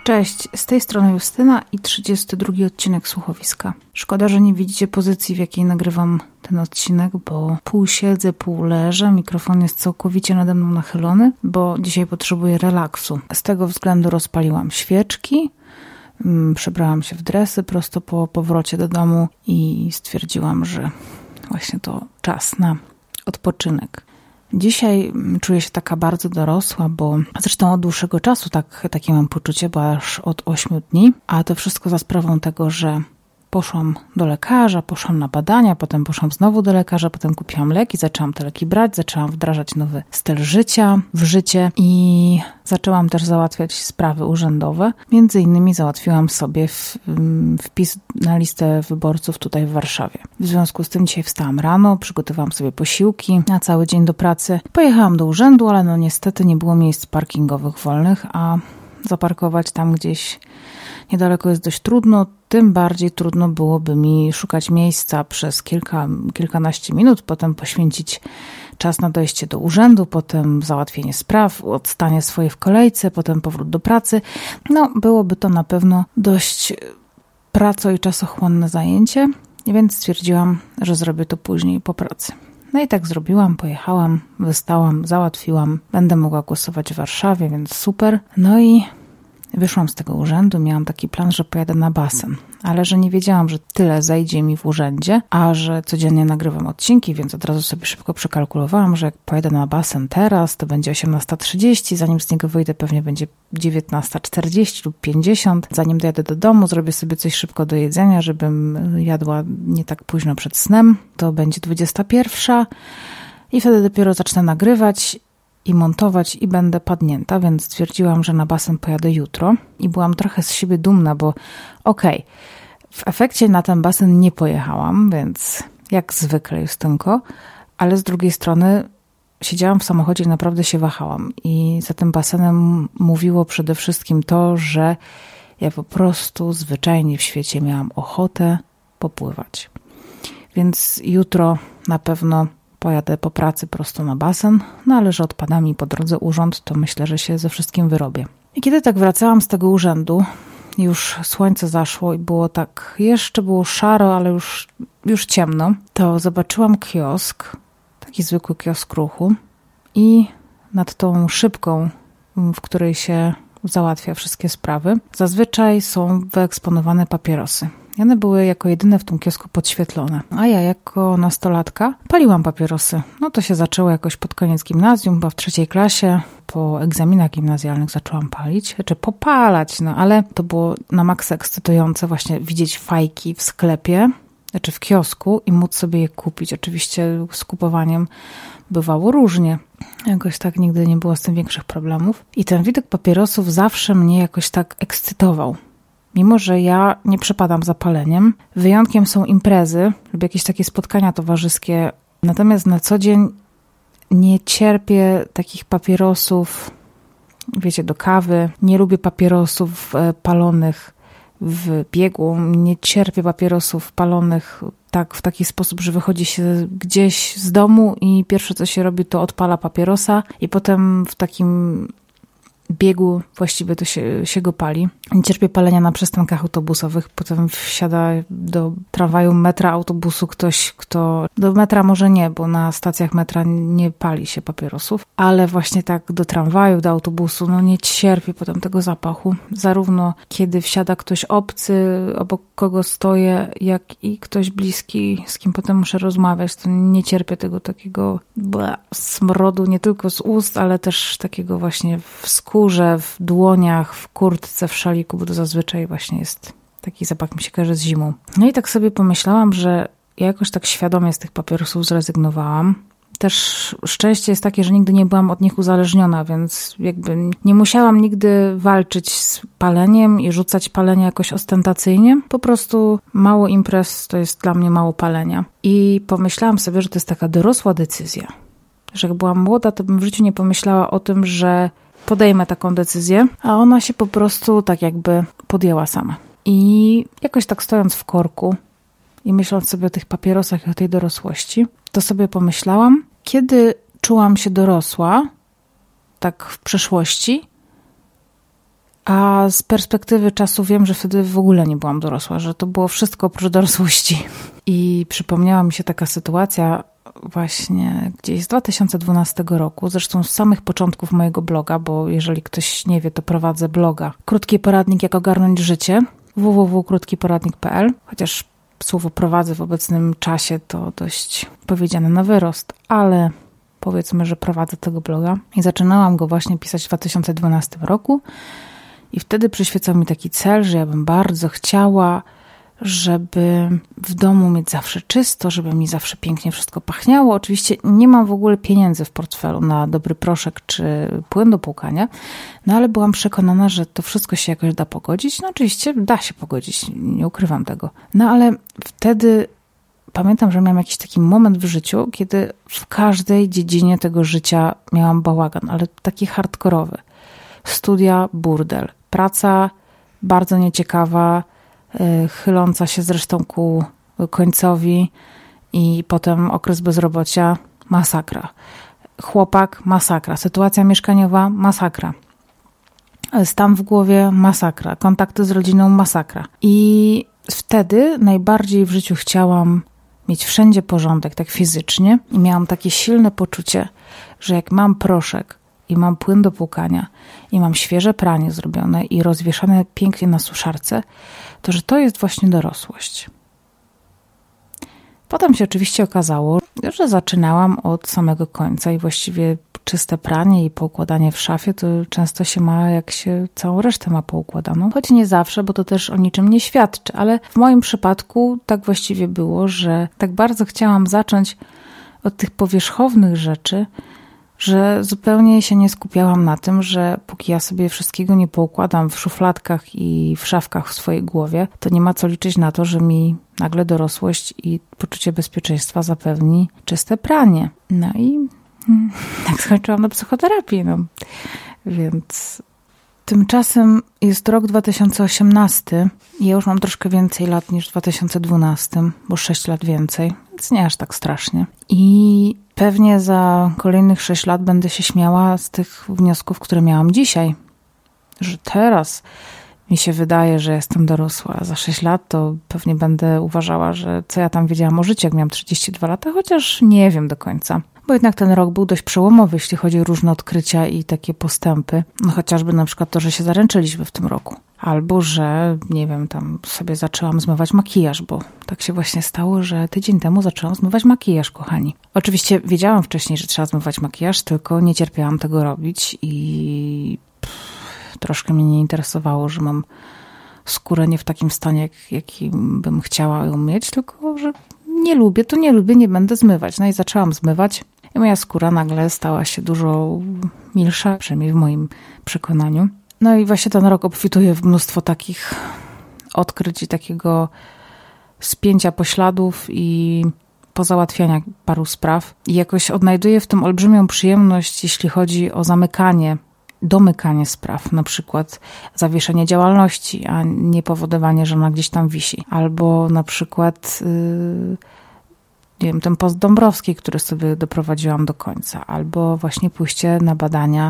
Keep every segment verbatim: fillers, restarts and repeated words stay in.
Cześć, z tej strony Justyna i trzydziesty drugi odcinek Słuchowiska. Szkoda, że nie widzicie pozycji, w jakiej nagrywam ten odcinek, bo pół siedzę, pół leżę, mikrofon jest całkowicie nade mną nachylony, bo dzisiaj potrzebuję relaksu. Z tego względu rozpaliłam świeczki, przebrałam się w dresy prosto po powrocie do domu i stwierdziłam, że właśnie to czas na odpoczynek. Dzisiaj czuję się taka bardzo dorosła, bo zresztą od dłuższego czasu tak, takie mam poczucie, bo aż od ośmiu dni, a to wszystko za sprawą tego, że poszłam do lekarza, poszłam na badania, potem poszłam znowu do lekarza, potem kupiłam leki, zaczęłam te leki brać, zaczęłam wdrażać nowy styl życia w życie i zaczęłam też załatwiać sprawy urzędowe. Między innymi załatwiłam sobie wpis na listę wyborców tutaj w Warszawie. W związku z tym dzisiaj wstałam rano, przygotowałam sobie posiłki na cały dzień do pracy. Pojechałam do urzędu, ale no niestety nie było miejsc parkingowych wolnych, a zaparkować tam gdzieś niedaleko jest dość trudno, tym bardziej trudno byłoby mi szukać miejsca przez kilka, kilkanaście minut, potem poświęcić czas na dojście do urzędu, potem załatwienie spraw, odstanie swoje w kolejce, potem powrót do pracy. No, byłoby to na pewno dość praco- i czasochłonne zajęcie, więc stwierdziłam, że zrobię to później po pracy. No i tak zrobiłam, pojechałam, wystałam, załatwiłam. Będę mogła głosować w Warszawie, więc super. No i wyszłam z tego urzędu, miałam taki plan, że pojadę na basen, ale że nie wiedziałam, że tyle zajdzie mi w urzędzie, a że codziennie nagrywam odcinki, więc od razu sobie szybko przekalkulowałam, że jak pojadę na basen teraz, to będzie osiemnasta trzydzieści, zanim z niego wyjdę pewnie będzie dziewiętnasta czterdzieści lub pięćdziesiąt. Zanim dojadę do domu, zrobię sobie coś szybko do jedzenia, żebym jadła nie tak późno przed snem. To będzie dwudziesta pierwsza i wtedy dopiero zacznę nagrywać i montować i będę padnięta, więc stwierdziłam, że na basen pojadę jutro i byłam trochę z siebie dumna, bo okej, okay, w efekcie na ten basen nie pojechałam, więc jak zwykle Justynko, ale z drugiej strony siedziałam w samochodzie i naprawdę się wahałam i za tym basenem mówiło przede wszystkim to, że ja po prostu zwyczajnie w świecie miałam ochotę popływać. Więc jutro na pewno pojadę po pracy prosto na basen, no ale że odpada mi po drodze urząd, to myślę, że się ze wszystkim wyrobię. I kiedy tak wracałam z tego urzędu, już słońce zaszło i było tak, jeszcze było szaro, ale już, już ciemno, to zobaczyłam kiosk, taki zwykły kiosk ruchu i nad tą szybką, w której się załatwia wszystkie sprawy, zazwyczaj są wyeksponowane papierosy. I one były jako jedyne w tym kiosku podświetlone. A ja jako nastolatka paliłam papierosy. No to się zaczęło jakoś pod koniec gimnazjum, bo w trzeciej klasie po egzaminach gimnazjalnych zaczęłam palić. Czy popalać, no ale to było na maksa ekscytujące właśnie widzieć fajki w sklepie, czy w kiosku i móc sobie je kupić. Oczywiście z kupowaniem bywało różnie. Jakoś tak nigdy nie było z tym większych problemów. I ten widok papierosów zawsze mnie jakoś tak ekscytował. Mimo że ja nie przepadam za paleniem. Wyjątkiem są imprezy lub jakieś takie spotkania towarzyskie. Natomiast na co dzień nie cierpię takich papierosów, wiecie, do kawy. Nie lubię papierosów palonych w biegu. Nie cierpię papierosów palonych tak w taki sposób, że wychodzi się gdzieś z domu i pierwsze co się robi to odpala papierosa i potem w takim biegu właściwie to się, się go pali. Nie cierpię palenia na przystankach autobusowych. Potem wsiada do tramwaju, metra, autobusu ktoś, kto... Do metra może nie, bo na stacjach metra nie pali się papierosów, ale właśnie tak do tramwaju, do autobusu, no nie cierpię potem tego zapachu. Zarówno kiedy wsiada ktoś obcy, obok kogo stoję, jak i ktoś bliski, z kim potem muszę rozmawiać, to nie cierpię tego takiego ble, smrodu, nie tylko z ust, ale też takiego właśnie w skórze, w dłoniach, w kurtce, w szaliku, bo to zazwyczaj właśnie jest taki zapach, mi się kojarzy z zimą. No i tak sobie pomyślałam, że ja jakoś tak świadomie z tych papierosów zrezygnowałam. Też szczęście jest takie, że nigdy nie byłam od nich uzależniona, więc jakby nie musiałam nigdy walczyć z paleniem i rzucać palenia jakoś ostentacyjnie. Po prostu mało imprez to jest dla mnie mało palenia. I pomyślałam sobie, że to jest taka dorosła decyzja. Że jak byłam młoda, to bym w życiu nie pomyślała o tym, że podejmę taką decyzję, a ona się po prostu tak jakby podjęła sama. I jakoś tak stojąc w korku i myśląc sobie o tych papierosach i o tej dorosłości, to sobie pomyślałam, kiedy czułam się dorosła, tak w przeszłości, A z perspektywy czasu wiem, że wtedy w ogóle nie byłam dorosła, że to było wszystko oprócz dorosłości. I przypomniała mi się taka sytuacja właśnie gdzieś z dwa tysiące dwunastego roku, zresztą z samych początków mojego bloga, bo jeżeli ktoś nie wie, to prowadzę bloga. Krótki poradnik, jak ogarnąć życie, w w w kropka krótki poradnik kropka p l, chociaż słowo prowadzę w obecnym czasie to dość powiedziane na wyrost, ale powiedzmy, że prowadzę tego bloga i zaczynałam go właśnie pisać w dwa tysiące dwunastym roku i wtedy przyświecał mi taki cel, że ja bym bardzo chciała, żeby w domu mieć zawsze czysto, żeby mi zawsze pięknie wszystko pachniało. Oczywiście nie mam w ogóle pieniędzy w portfelu na dobry proszek czy płyn do płukania, no ale byłam przekonana, że to wszystko się jakoś da pogodzić. No oczywiście da się pogodzić, nie ukrywam tego. No ale wtedy pamiętam, że miałam jakiś taki moment w życiu, kiedy w każdej dziedzinie tego życia miałam bałagan, ale taki hardkorowy. Studia, burdel. Praca bardzo nieciekawa, chyląca się zresztą ku końcowi i potem okres bezrobocia, masakra. Chłopak, masakra. Sytuacja mieszkaniowa, masakra. Stan w głowie, masakra. Kontakty z rodziną, masakra. I wtedy najbardziej w życiu chciałam mieć wszędzie porządek, tak fizycznie. I miałam takie silne poczucie, że jak mam proszek i mam płyn do płukania i mam świeże pranie zrobione i rozwieszane pięknie na suszarce, to że to jest właśnie dorosłość. Potem się oczywiście okazało, że zaczynałam od samego końca i właściwie czyste pranie i poukładanie w szafie to często się ma, jak się całą resztę ma poukładaną. Choć nie zawsze, bo to też o niczym nie świadczy, ale w moim przypadku tak właściwie było, że tak bardzo chciałam zacząć od tych powierzchownych rzeczy, że zupełnie się nie skupiałam na tym, że póki ja sobie wszystkiego nie poukładam w szufladkach i w szafkach w swojej głowie, to nie ma co liczyć na to, że mi nagle dorosłość i poczucie bezpieczeństwa zapewni czyste pranie. No i tak skończyłam na psychoterapii. No. Więc tymczasem jest rok dwa tysiące osiemnasty i ja już mam troszkę więcej lat niż w dwa tysiące dwunastym, bo sześć lat więcej, więc nie aż tak strasznie. I pewnie za kolejnych sześć lat będę się śmiała z tych wniosków, które miałam dzisiaj. Że teraz mi się wydaje, że jestem dorosła, a za sześć lat to pewnie będę uważała, że co ja tam wiedziałam o życiu, jak miałam trzydzieści dwa lata, chociaż nie wiem do końca. Bo jednak ten rok był dość przełomowy, jeśli chodzi o różne odkrycia i takie postępy. No chociażby na przykład to, że się zaręczyliśmy w tym roku. Albo, że, nie wiem, tam sobie zaczęłam zmywać makijaż, bo tak się właśnie stało, że tydzień temu zaczęłam zmywać makijaż, kochani. Oczywiście wiedziałam wcześniej, że trzeba zmywać makijaż, tylko nie cierpiałam tego robić i pff, troszkę mnie nie interesowało, że mam skórę nie w takim stanie, jak, jakim bym chciała ją mieć, tylko, że nie lubię, to nie lubię, nie będę zmywać. No i zaczęłam zmywać i moja skóra nagle stała się dużo milsza, przynajmniej w moim przekonaniu. No i właśnie ten rok obfituje w mnóstwo takich odkryć i takiego spięcia pośladów i pozałatwiania paru spraw. I jakoś odnajduję w tym olbrzymią przyjemność, jeśli chodzi o zamykanie, domykanie spraw, na przykład zawieszenie działalności, a nie powodowanie, że ona gdzieś tam wisi. Albo na przykład yy, nie wiem, ten post Dąbrowskiej, który sobie doprowadziłam do końca. Albo właśnie pójście na badania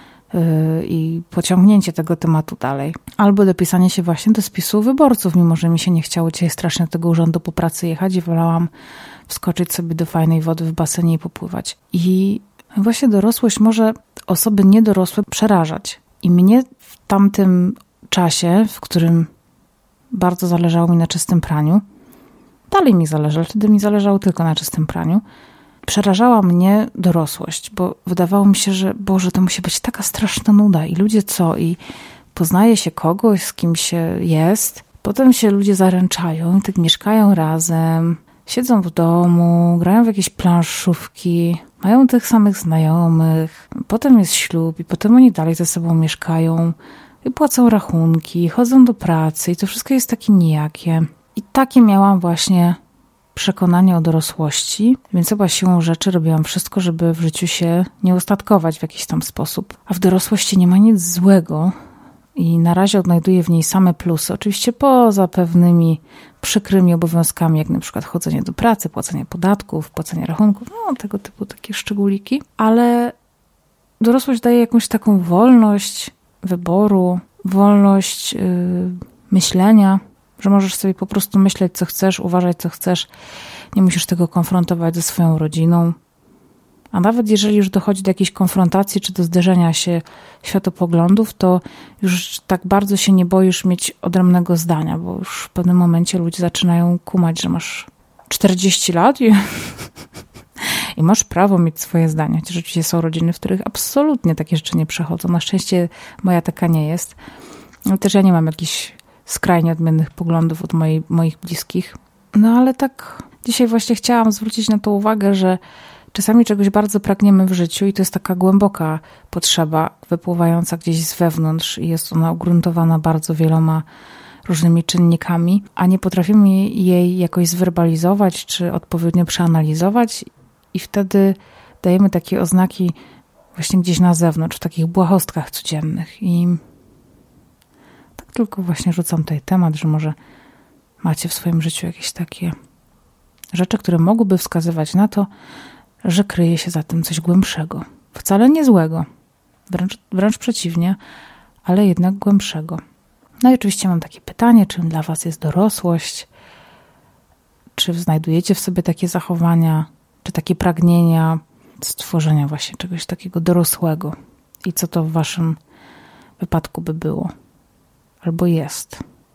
i pociągnięcie tego tematu dalej. Albo dopisanie się właśnie do spisu wyborców, mimo że mi się nie chciało dzisiaj strasznie do tego urzędu po pracy jechać i wolałam wskoczyć sobie do fajnej wody w basenie i popływać. I właśnie dorosłość może osoby niedorosłe przerażać. I mnie w tamtym czasie, w którym bardzo zależało mi na czystym praniu, dalej mi zależy, ale wtedy mi zależało tylko na czystym praniu, przerażała mnie dorosłość, bo wydawało mi się, że Boże, to musi być taka straszna nuda i ludzie co? I poznaje się kogoś, z kim się jest, potem się ludzie zaręczają i tak mieszkają razem, siedzą w domu, grają w jakieś planszówki, mają tych samych znajomych, potem jest ślub i potem oni dalej ze sobą mieszkają i płacą rachunki, chodzą do pracy i to wszystko jest takie nijakie. I takie miałam właśnie przekonanie o dorosłości, więc chyba siłą rzeczy robiłam wszystko, żeby w życiu się nie ustatkować w jakiś tam sposób. A w dorosłości nie ma nic złego i na razie odnajduję w niej same plusy. Oczywiście poza pewnymi przykrymi obowiązkami, jak na przykład chodzenie do pracy, płacenie podatków, płacenie rachunków, no tego typu takie szczególiki. Ale dorosłość daje jakąś taką wolność wyboru wolność yy, myślenia, że możesz sobie po prostu myśleć, co chcesz, uważać, co chcesz. Nie musisz tego konfrontować ze swoją rodziną. A nawet jeżeli już dochodzi do jakiejś konfrontacji czy do zderzenia się światopoglądów, to już tak bardzo się nie boisz mieć odrębnego zdania, bo już w pewnym momencie ludzie zaczynają kumać, że masz czterdzieści lat i, i masz prawo mieć swoje zdanie. Chociaż rzeczywiście są rodziny, w których absolutnie takie rzeczy nie przechodzą. Na szczęście moja taka nie jest. Ale też ja nie mam jakichś skrajnie odmiennych poglądów od mojej, moich bliskich. No ale tak dzisiaj właśnie chciałam zwrócić na to uwagę, że czasami czegoś bardzo pragniemy w życiu i to jest taka głęboka potrzeba wypływająca gdzieś z wewnątrz i jest ona ugruntowana bardzo wieloma różnymi czynnikami, a nie potrafimy jej jakoś zwerbalizować czy odpowiednio przeanalizować i wtedy dajemy takie oznaki właśnie gdzieś na zewnątrz, w takich błahostkach codziennych. I tak tylko właśnie rzucam tutaj temat, że może macie w swoim życiu jakieś takie rzeczy, które mogłyby wskazywać na to, że kryje się za tym coś głębszego. Wcale nie złego, wręcz, wręcz przeciwnie, ale jednak głębszego. No i oczywiście mam takie pytanie, czym dla was jest dorosłość? Czy znajdujecie w sobie takie zachowania, czy takie pragnienia stworzenia właśnie czegoś takiego dorosłego? I co to w waszym wypadku by było? Albo jest?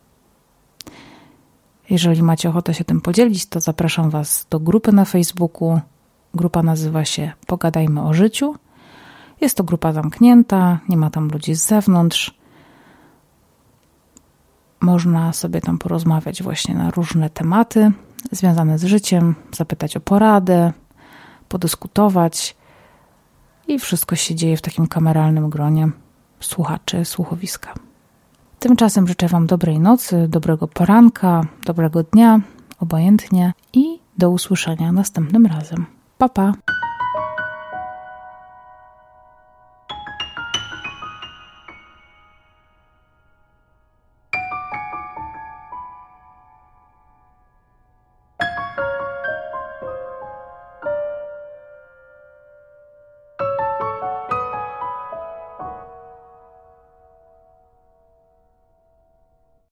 Jeżeli macie ochotę się tym podzielić, to zapraszam was do grupy na Facebooku. Grupa nazywa się Pogadajmy o życiu. Jest to grupa zamknięta, nie ma tam ludzi z zewnątrz. Można sobie tam porozmawiać właśnie na różne tematy związane z życiem, zapytać o poradę, podyskutować i wszystko się dzieje w takim kameralnym gronie słuchaczy słuchowiska. Tymczasem życzę wam dobrej nocy, dobrego poranka, dobrego dnia, obojętnie i do usłyszenia następnym razem. Pa, pa!